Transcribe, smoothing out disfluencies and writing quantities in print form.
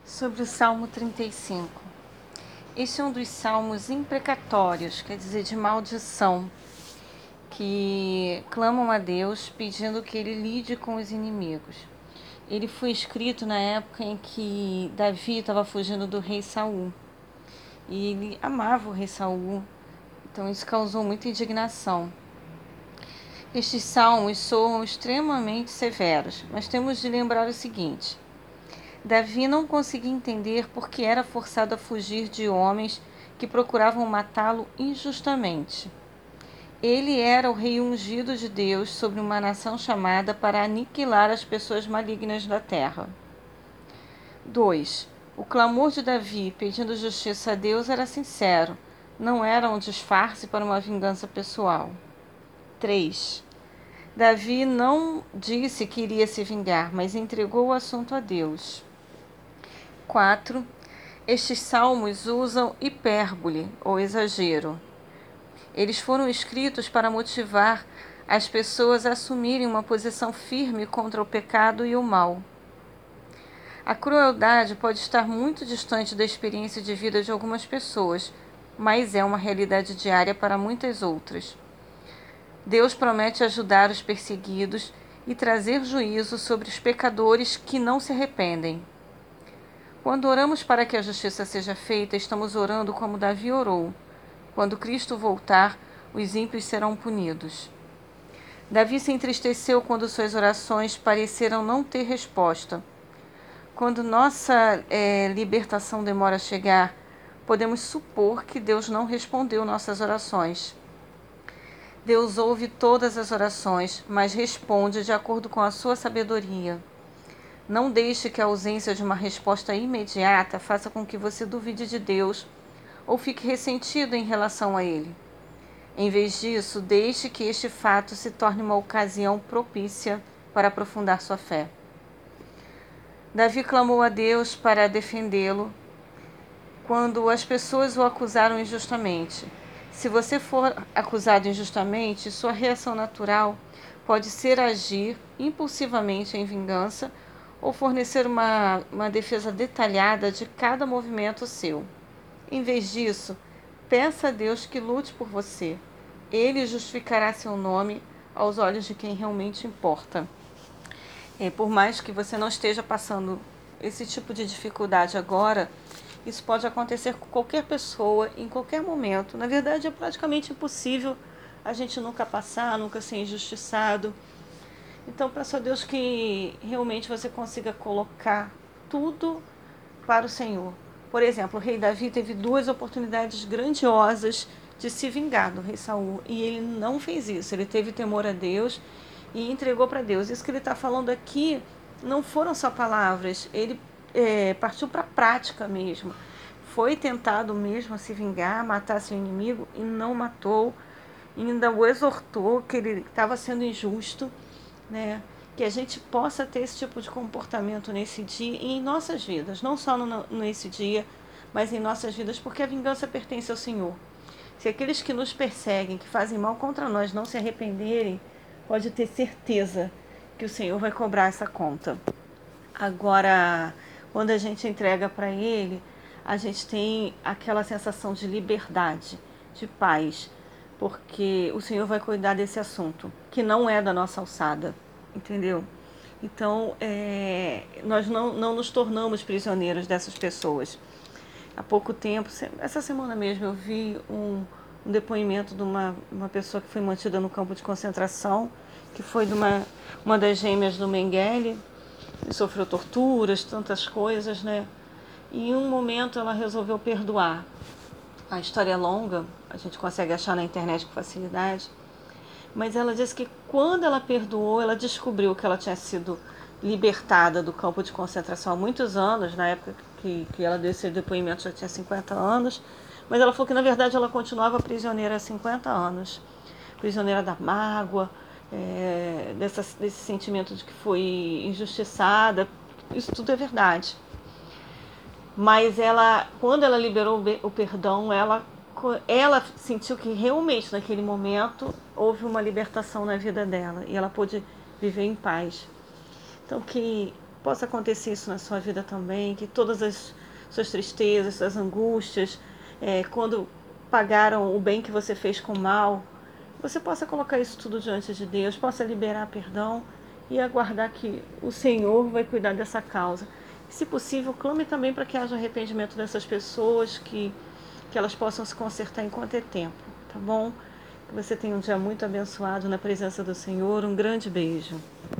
Sobre o Salmo 35. Este é um dos salmos imprecatórios, quer dizer, de maldição, que clamam a Deus pedindo que ele lide com os inimigos. Ele foi escrito na época em que Davi estava fugindo do rei Saul. E ele amava o rei Saul, então isso causou muita indignação. Estes salmos soam extremamente severos, mas temos de lembrar o seguinte: Davi não conseguia entender por que era forçado a fugir de homens que procuravam matá-lo injustamente. Ele era o rei ungido de Deus sobre uma nação chamada para aniquilar as pessoas malignas da terra. 2. O clamor de Davi pedindo justiça a Deus era sincero, não era um disfarce para uma vingança pessoal. 3. Davi não disse que iria se vingar, mas entregou o assunto a Deus. 4. Estes salmos usam hipérbole ou exagero. Eles foram escritos para motivar as pessoas a assumirem uma posição firme contra o pecado e o mal. A crueldade pode estar muito distante da experiência de vida de algumas pessoas, mas é uma realidade diária para muitas outras. Deus promete ajudar os perseguidos e trazer juízo sobre os pecadores que não se arrependem. Quando oramos para que a justiça seja feita, estamos orando como Davi orou. Quando Cristo voltar, os ímpios serão punidos. Davi se entristeceu quando suas orações pareceram não ter resposta. Quando nossa libertação demora a chegar, podemos supor que Deus não respondeu nossas orações. Deus ouve todas as orações, mas responde de acordo com a sua sabedoria. Não deixe que a ausência de uma resposta imediata faça com que você duvide de Deus ou fique ressentido em relação a Ele. Em vez disso, deixe que este fato se torne uma ocasião propícia para aprofundar sua fé. Davi clamou a Deus para defendê-lo quando as pessoas o acusaram injustamente. Se você for acusado injustamente, sua reação natural pode ser agir impulsivamente em vingança ou fornecer uma defesa detalhada de cada movimento seu. Em vez disso, peça a Deus que lute por você. Ele justificará seu nome aos olhos de quem realmente importa. Por mais que você não esteja passando esse tipo de dificuldade agora, isso pode acontecer com qualquer pessoa, em qualquer momento. Na verdade, é praticamente impossível a gente nunca passar, nunca ser injustiçado. Então, peço a Deus que realmente você consiga colocar tudo para o Senhor. Por exemplo, o rei Davi teve 2 oportunidades grandiosas de se vingar do rei Saul, e ele não fez isso. Ele teve temor a Deus e entregou para Deus. Isso que ele está falando aqui não foram só palavras, ele partiu para a prática mesmo. Foi tentado mesmo a se vingar, matar seu inimigo, e não matou. E ainda o exortou que ele estava sendo injusto, né? Que a gente possa ter esse tipo de comportamento nesse dia e em nossas vidas, não só nesse dia, mas em nossas vidas, porque a vingança pertence ao Senhor. Se aqueles que nos perseguem, que fazem mal contra nós, não se arrependerem, pode ter certeza que o Senhor vai cobrar essa conta. Agora, quando a gente entrega para Ele, a gente tem aquela sensação de liberdade, de paz, porque o Senhor vai cuidar desse assunto, que não é da nossa alçada, entendeu? Então, nós não nos tornamos prisioneiros dessas pessoas. Há pouco tempo, essa semana mesmo, eu vi um depoimento de uma pessoa que foi mantida no campo de concentração, que foi de uma das gêmeas do Mengele, e sofreu torturas, tantas coisas, né? E em um momento ela resolveu perdoar. A história é longa, a gente consegue achar na internet com facilidade, mas ela disse que quando ela perdoou, ela descobriu que ela tinha sido libertada do campo de concentração há muitos anos. Na época que ela deu esse depoimento já tinha 50 anos, mas ela falou que na verdade ela continuava prisioneira há 50 anos, prisioneira da mágoa, desse sentimento de que foi injustiçada. Isso tudo é verdade. Mas ela, quando ela liberou o perdão, ela sentiu que realmente naquele momento houve uma libertação na vida dela e ela pôde viver em paz. Então, que possa acontecer isso na sua vida também, que todas as suas tristezas, suas angústias, quando pagaram o bem que você fez com o mal, você possa colocar isso tudo diante de Deus, possa liberar perdão e aguardar que o Senhor vai cuidar dessa causa. Se possível, clame também para que haja arrependimento dessas pessoas, que elas possam se consertar enquanto é tempo, tá bom? Que você tenha um dia muito abençoado na presença do Senhor. Um grande beijo.